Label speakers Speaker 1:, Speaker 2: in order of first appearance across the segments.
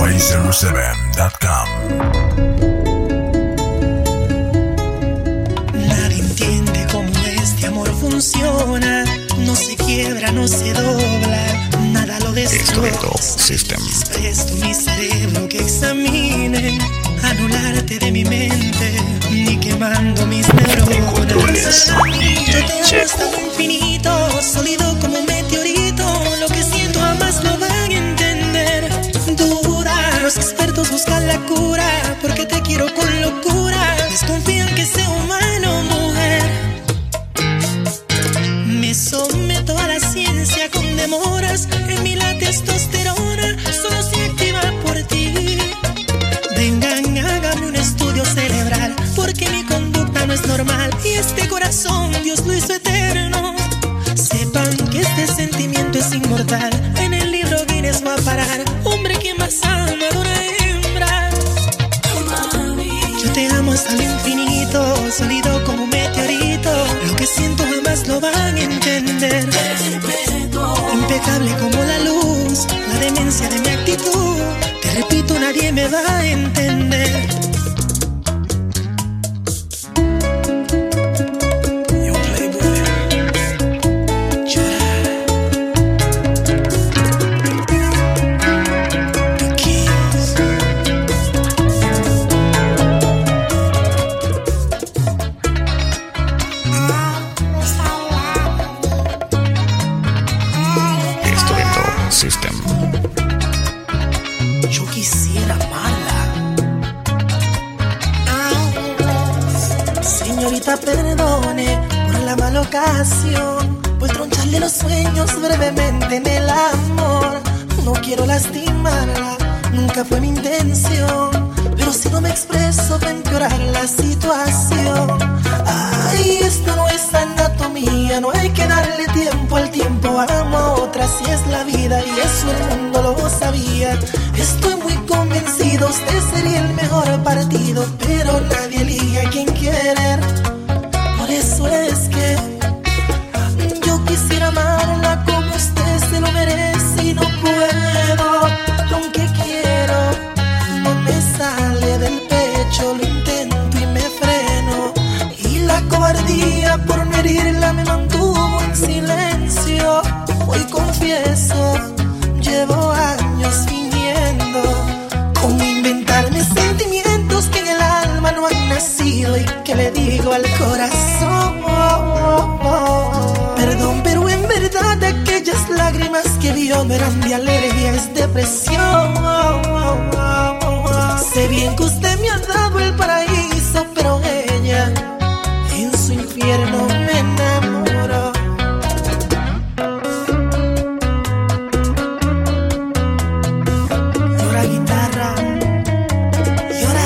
Speaker 1: 507.com.
Speaker 2: Nadie entiende cómo este amor funciona. No se quiebra, no se dobla, nada lo destroza.
Speaker 1: System.
Speaker 2: Presto mi cerebro que examine, anularte de mi mente, ni quemando mis neuronas. Yo te amo hasta lo infinito, sólido como un meteorito. Lo que siento jamás lo van a entender. Dura, los expertos buscan la cura, porque te quiero con locura. Desconfían que sea humano, mujer. Me someto a la ciencia con demoras. En mí la testosterona solo se activa por ti. Vengan, hágame un estudio cerebral, porque mi conducta no es normal. Y este corazón Dios lo hizo eterno. Sepan que este sentimiento es inmortal. En el libro Guinness va a parar. Hombre que más ama a una hembra. Yo te amo hasta lo infinito, sólido como un meteorito. Lo que siento jamás lo van a entender. Impecable como la luz, la demencia de mi actitud. Te repito, nadie me va a entender.
Speaker 1: System.
Speaker 2: Yo quisiera amarla. Señorita, perdone por la mala ocasión, pues troncharle los sueños brevemente en el amor. No quiero lastimarla, nunca fue mi intención, pero si no me expreso va a empeorar la situación. Ay, esto no es anatomía, no hay que darle tiempo al tiempo. Amo a otra, si es la vida, y eso el mundo lo sabía. Estoy muy convencido, usted sería el mejor partido, pero nadie elige a quien querer. Por eso es que yo quisiera amarla como usted se lo merece y no puedo. Aunque quiero, no me sale del pecho, lo intento y me freno. Y la cobardía por no herirla me mantuvo en silencio. Hoy confieso, llevo años fingiendo cómo inventarme sentimientos que en el alma no han nacido y que le digo al corazón. Perdón, pero en verdad aquellas lágrimas que vio no eran de alergia, es depresión. Sé bien que usted me ha dado el paraíso, pero ella en su infierno me enamoró. Llora guitarra, llora.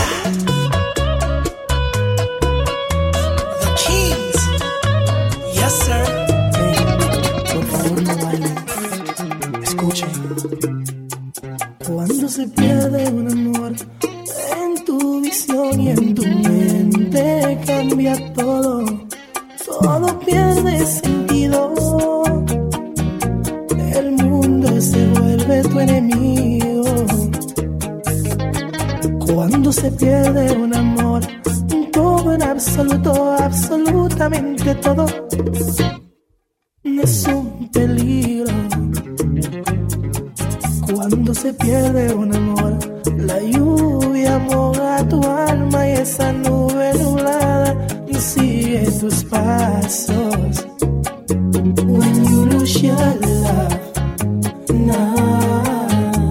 Speaker 2: The Kings, yes sir.
Speaker 3: Por favor no bailen, escuchen. Cuando se pierde un amor, en tu visión y en tu mente cambia todo, todo pierde sentido. El mundo se vuelve tu enemigo. Cuando se pierde un amor, todo en absoluto, absolutamente todo es un peligro. Cuando se pierde un amor, la lluvia moja tu alma y esa nube nublada sigue tus pasos. When you lose your love, no.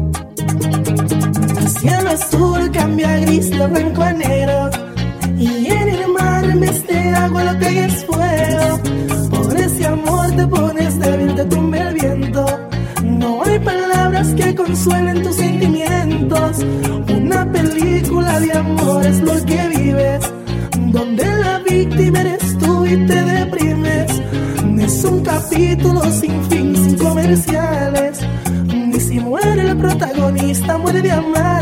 Speaker 3: El cielo azul cambia a gris, lo blanco a negro, y en el mar en vez de agua lo que hay es fuego. Por ese amor te pones débil, te tumba el viento. No hay palabras que consuelen tus sentimientos. Una película de amor es lo que vives, donde la víctima eres tú y te deprimes. Es un capítulo sin fin, sin comerciales. Ni si muere el protagonista, muere de amar.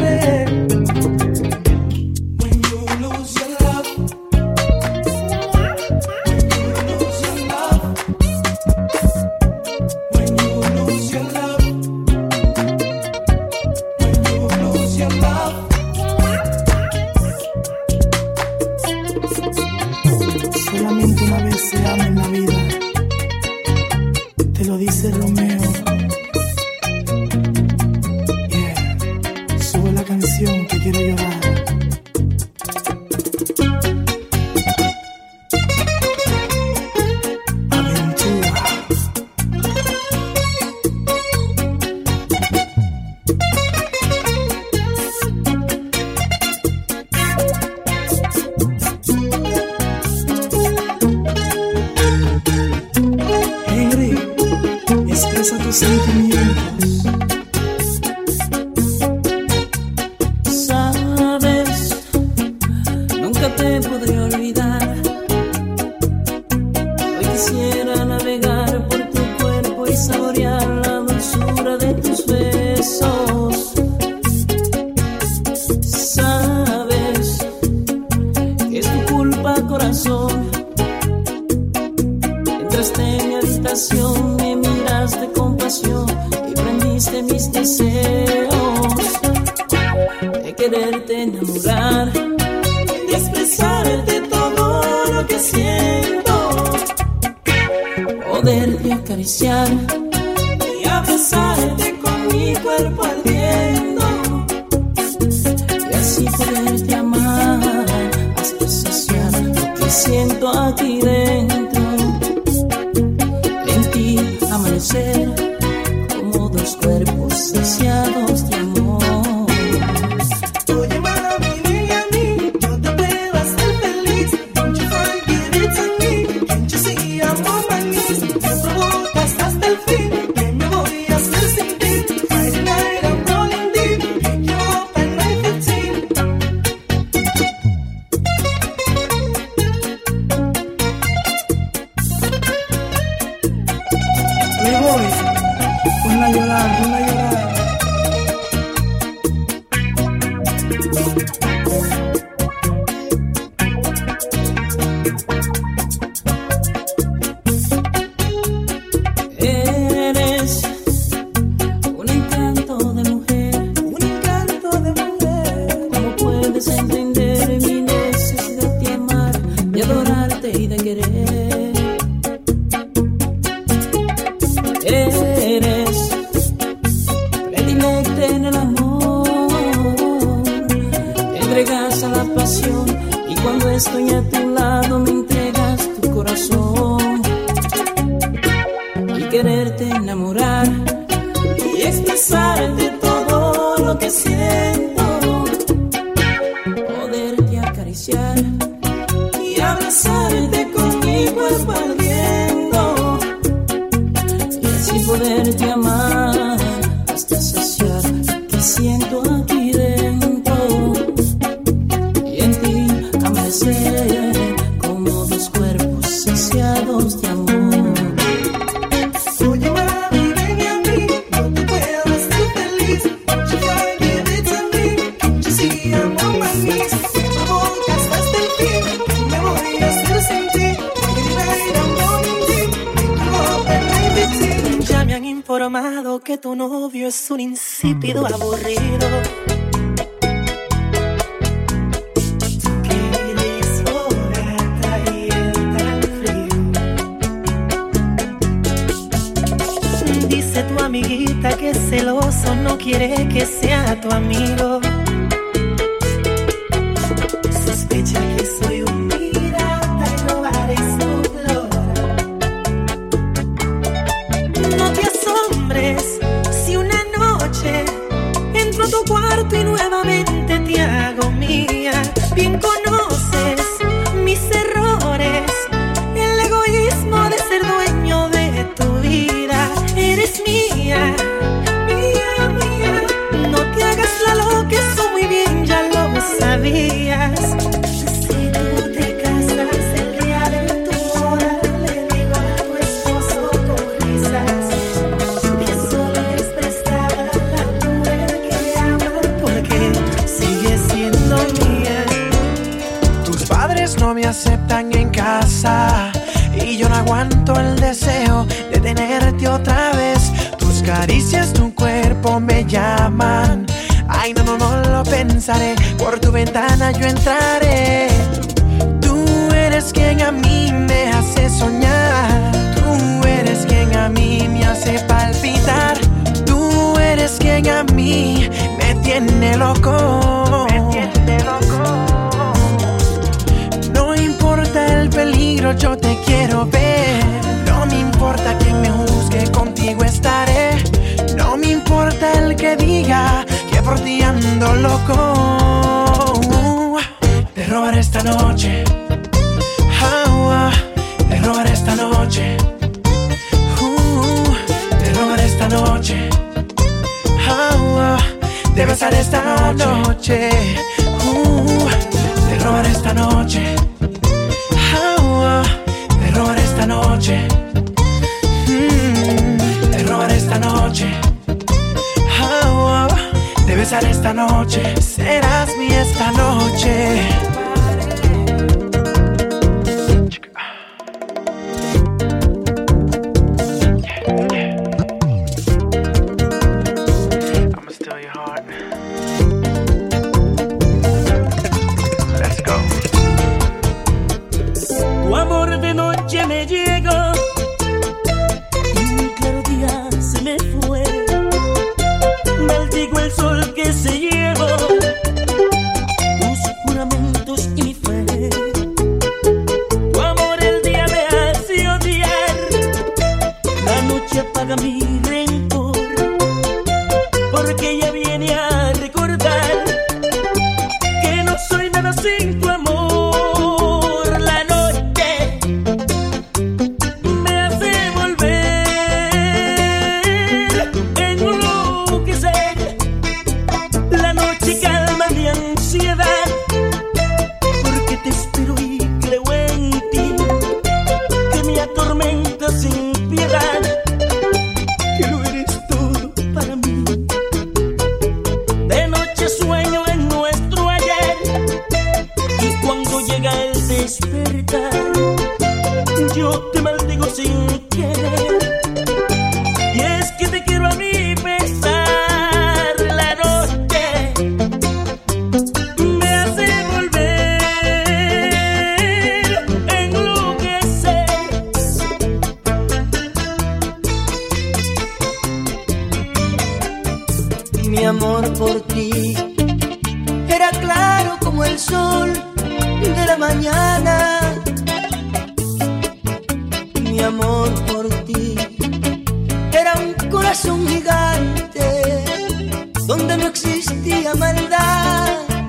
Speaker 1: sentimientos. Sabes, nunca te podré olvidar. Hoy quisiera navegar por tu cuerpo y saborear la dulzura de tus besos. Sabes que es tu culpa, corazón. Entraste en mi habitación, me miraste con pasión y prendiste mis deseos de quererte enamorar, de expresarte todo lo que siento, poderte acariciar y abrazarte con mi cuerpo ardiendo, y así poderte amar hasta saciar lo que siento aquí dentro. En ti amanecer como dos cuerpos saciados de amor.
Speaker 3: Oye, mami, ven a mí, yo te puedo hacer feliz. Don't you forget it to me. Can't you see I'm on my knees? Me provocas hasta el fin. ¿Qué me voy a hacer sin ti? Friday night I'm rolling deep. Pick you up at 9:15. Me voy, ponla a llorar, ponla a llorar.
Speaker 1: Eres un encanto de mujer.
Speaker 3: Un encanto de mujer.
Speaker 1: ¿Cómo puedes entender mi necesidad de amar, de adorarte y de querer? Eres predilecta en el amor, te entregas a la pasión y cuando estoy a tu lado me entregas tu corazón. Y quererte enamorar y expresarte todo lo que siento, poderte acariciar y abrazarte con mi cuerpo ardiendo, y así poderte amar hasta saciar lo que siento aquí dentro. Y en ti amanecer como dos cuerpos saciados de amor.
Speaker 3: Oye, mami, ven a mí, yo te puedo hacer feliz. Don't you forget it to me. Can't you see I'm on my knees? Me provocas hasta el fin. ¿Qué me voy a hacer sin ti? Friday night I'm rolling deep. Pick you up at 9:15. Ya me han informado que tu novio es un insípido aburrido. Que eres fogata y él tan frío. Dice tu amiguita que es celoso, no quiere que sea tu amigo. Sospecha que soy un pirata y robaré su flor. No te asombres si una noche entro a tu cuarto y nuevamente te hago mía. Bien conoces mis errores, el egoísmo de ser dueño de tu vida. Eres mía, mía, mía. No te hagas la loca, eso muy bien ya lo sabías. Si tú te casas el día de tu boda, le digo a tu esposo con risas que solo expresaba la mujer que ama, porque sigue siendo mía.
Speaker 2: Tus padres no me aceptan en casa y yo no aguanto el deseo de tenerte otra vez. Tus caricias, tu cuerpo me llaman. Ay, no, no, no lo pensaré. Por tu ventana yo entraré. Tú eres quien a mí me hace soñar. Tú eres quien a mí me hace palpitar. Tú eres quien a mí me tiene loco. Me tiene loco. No importa el peligro, yo te quiero ver. No me importa quién me juzgue, contigo estaré. No me importa el que diga que por ti ando loco. Te robaré esta noche. Te robaré esta noche. Te robaré esta noche. De besar esta noche. De robar esta noche. De robar esta noche. De robar esta noche. De besar esta noche. Serás mi esta noche.
Speaker 4: Mi amor por ti era claro como el sol de la mañana. Mi amor por ti era un corazón gigante donde no existía maldad.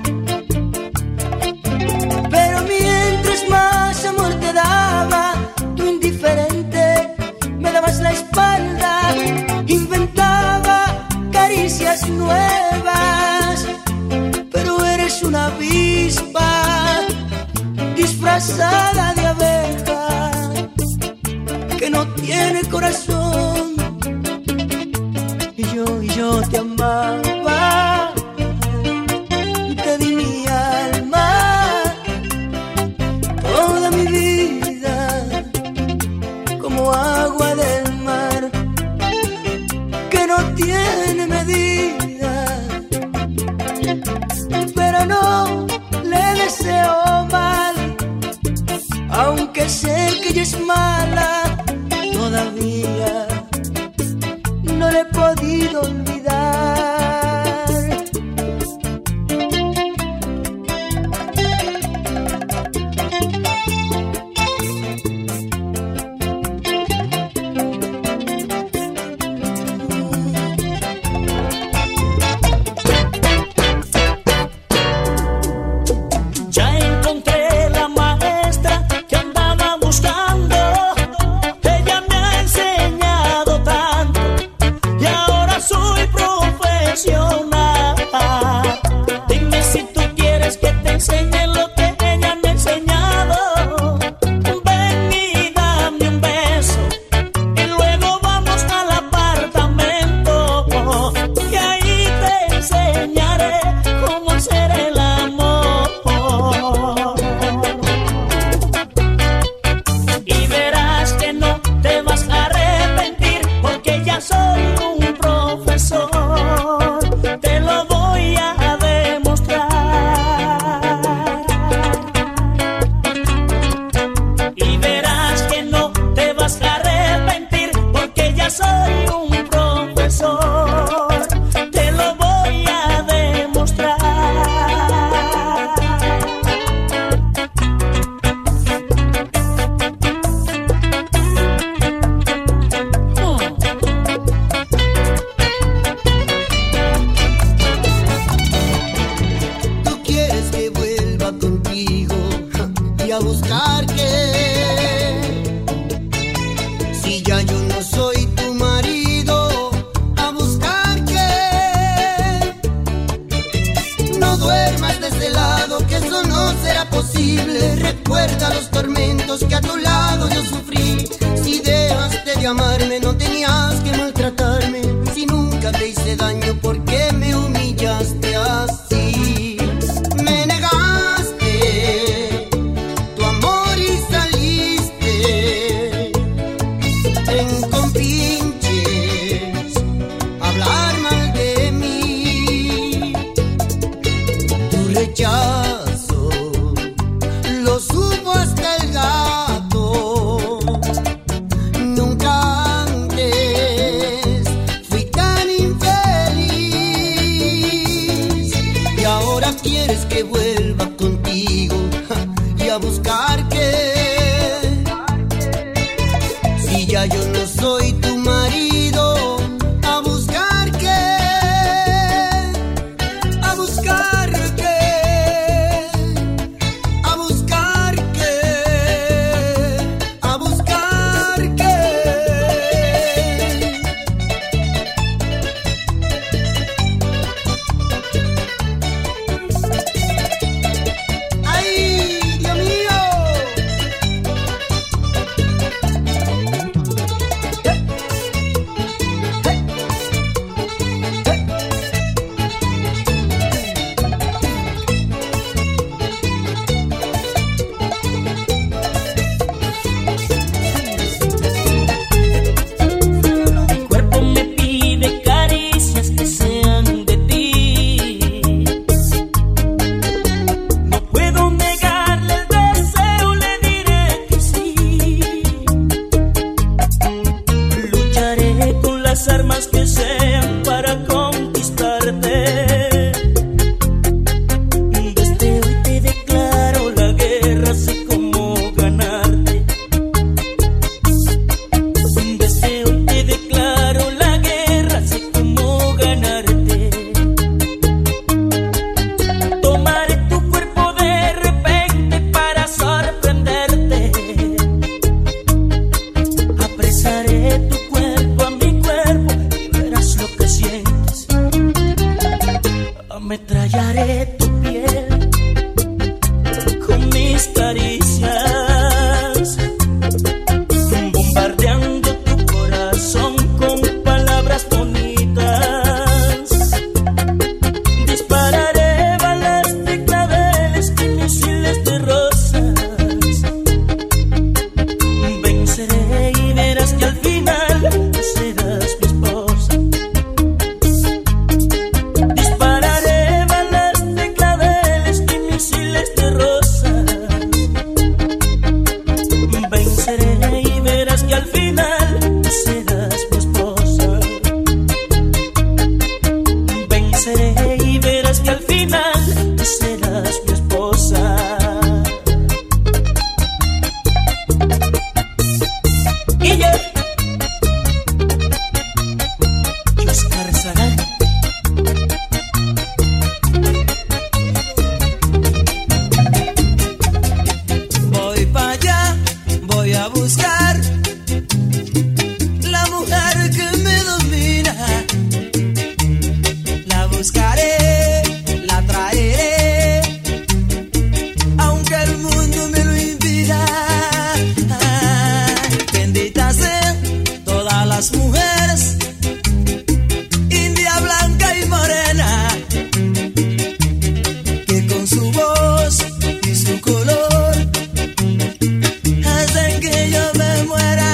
Speaker 4: Pero mientras más amor te daba, tú indiferente me dabas la espalda. Inventaba caricias nuevas, pero eres una avispa disfrazada de abeja que no tiene corazón. Y yo te amaba, te di mi alma, toda mi vida, como agua del mar que no tiene medida. Pero no le deseo mal, aunque sé que ella es mala. Todavía no le he podido olvidar.
Speaker 1: Ya encontré la maestra que andaba buscando. Ella me ha enseñado tanto y ahora soy profesor. Venceré y verás que al final tú serás mi esposa. Venceré y verás que al final tú serás mi esposa. Y yo, Oscar Zagán.
Speaker 4: Voy para allá, voy a buscar la mujer que me domina. La buscaré, la traeré, aunque el mundo me lo impida. Benditas sean todas las mujeres, india, blanca y morena, que con su voz y su color hacen que yo me muera.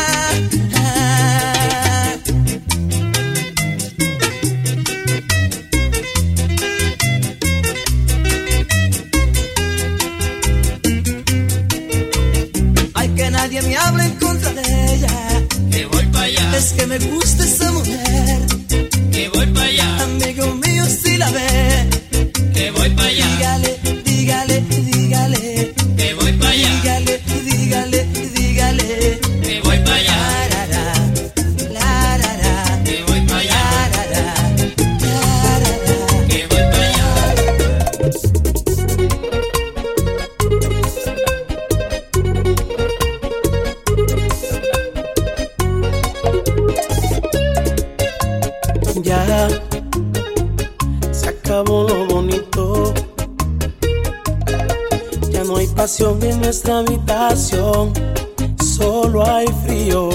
Speaker 4: Ay, que nadie me hable en contra de ella,
Speaker 5: Que voy para allá,
Speaker 4: es que me gusta esa mujer.
Speaker 5: que voy para allá,
Speaker 4: Amigo mío, si la ve,
Speaker 5: que voy para allá,
Speaker 4: dígale, dígale, dígale,
Speaker 5: que voy para allá,
Speaker 4: dígale, dígale, dígale.
Speaker 5: que voy para allá,
Speaker 4: La, ra, ra,
Speaker 5: que voy para allá,
Speaker 4: la, ra, ra.
Speaker 5: que voy para allá.
Speaker 3: Ya se acabó lo bonito, ya no hay pasión en nuestra habitación, solo hay frío.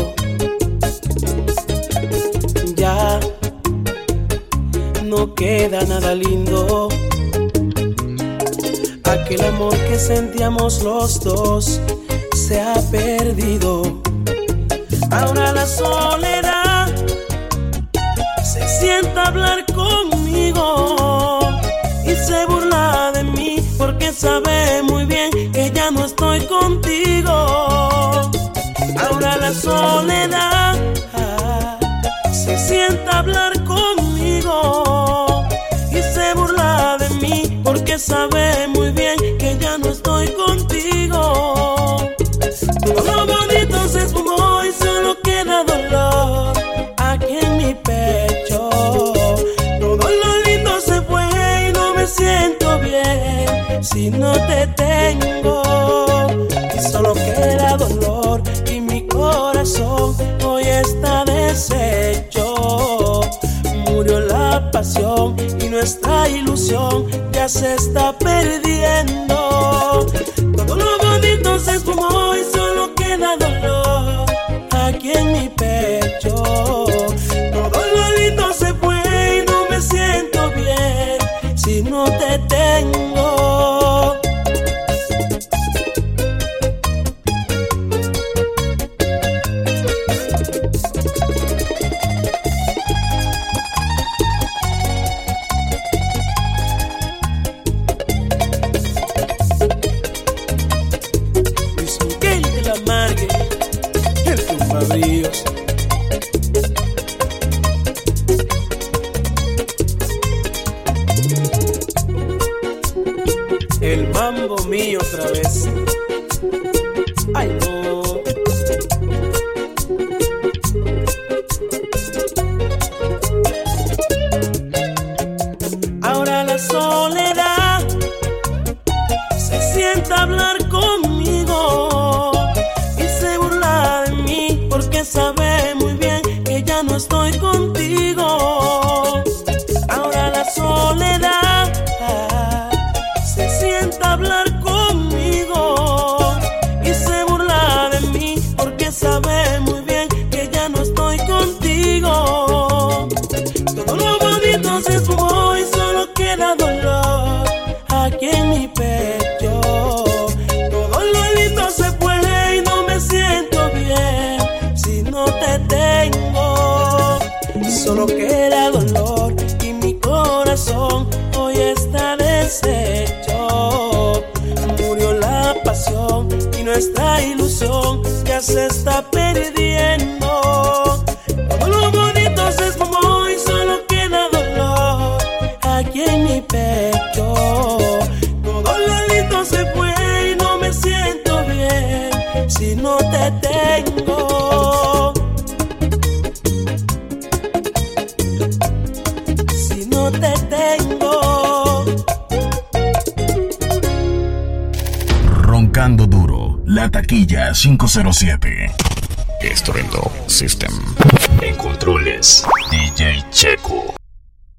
Speaker 3: Ya no queda nada lindo, aquel amor que sentíamos los dos se ha perdido. Ahora la soledad se sienta a hablar conmigo y se burla de mí porque sabe muy bien que ya no estoy contigo. Ahora la soledad se sienta a hablar conmigo y se burla de mí porque sabe muy bien que ya no estoy contigo. Todo lo bonito se esfumó y solo queda dolor aquí en mi pecho. Todo lo lindo se fue y no me siento bien si no te tengo. Y solo queda dolor y mi corazón hoy está deshecho. Murió la pasión y nuestra ilusión ya se está perdiendo. Todo lo bonito se esfumó y solo queda dolor aquí en mi pecho. Todo lo lindo se fue y no me siento bien si no te tengo. Luis Miguel de la Margue, el tumbabríos. El mambo mío otra vez. Ay, no. Ahora la soledad se sienta a hablar conmigo y se burla de mí porque sabe muy bien que ya no estoy contigo. Ahora la soledad se sienta a hablar conmigo y se burla de mí porque sabe muy bien que ya no estoy contigo. Todo lo bonito se esfumó y solo queda dolor aquí en mi pecho. Todo lo lindo se fue y no me siento bien si no te tengo. Solo queda dolor y mi corazón hoy está deshecho. Murió la pasión y nuestra ilusión ya
Speaker 1: se está perdiendo. Todo lo bonito se esfumó y solo queda dolor aquí en mi pecho. Todo lo lindo se fue y no me siento bien si no te tengo. Si no te tengo.
Speaker 6: Roncando duro, la taquilla 507. Estreno System. En controles, DJ Checo.